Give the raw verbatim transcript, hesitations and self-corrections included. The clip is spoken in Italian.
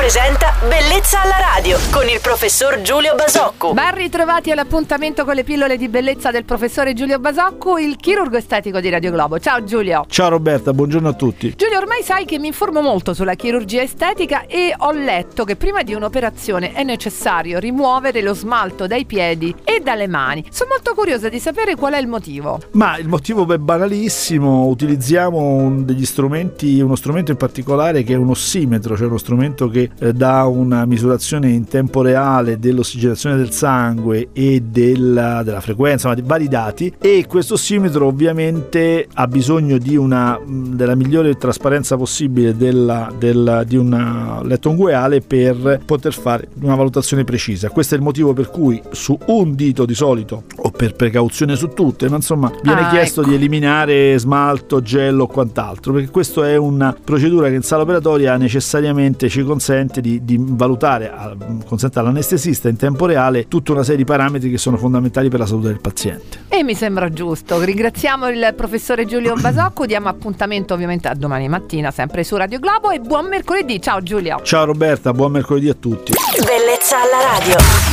presenta Bellezza alla radio con il professor Giulio Basocco. Ben ritrovati all'appuntamento con le pillole di bellezza del professore Giulio Basocco, il chirurgo estetico di Radio Globo. Ciao Giulio. Ciao Roberta, buongiorno a tutti. Giulio, ormai sai che mi informo molto sulla chirurgia estetica e ho letto che prima di un'operazione è necessario rimuovere lo smalto dai piedi e dalle mani. Sono molto curiosa di sapere qual è il motivo. Ma il motivo è banalissimo. Utilizziamo un, degli strumenti, uno strumento in particolare che è un ossimetro, cioè uno strumento che eh, dà una misurazione in tempo reale dell'ossigenazione del sangue e della, della frequenza, ma di vari dati, e questo ossimetro ovviamente ha bisogno di una della migliore trasparenza possibile della, della, di un letto ungueale per poter fare una valutazione precisa. Questo è il motivo per cui su un dito di solito, o per precauzione su tutte, ma insomma viene ah, chiesto ecco. di eliminare smalto, gel o quant'altro, perché questa è una procedura che in sala operatoria necessariamente ci consente di, di valutare, consente all'anestesista in tempo reale tutta una serie di parametri che sono fondamentali per la salute del paziente. E mi sembra giusto. Ringraziamo il professore Giulio Basocco, diamo appuntamento ovviamente a domani mattina sempre su Radio Globo e buon mercoledì. Ciao Giulio. Ciao Roberta, buon mercoledì a tutti. Bellezza alla radio.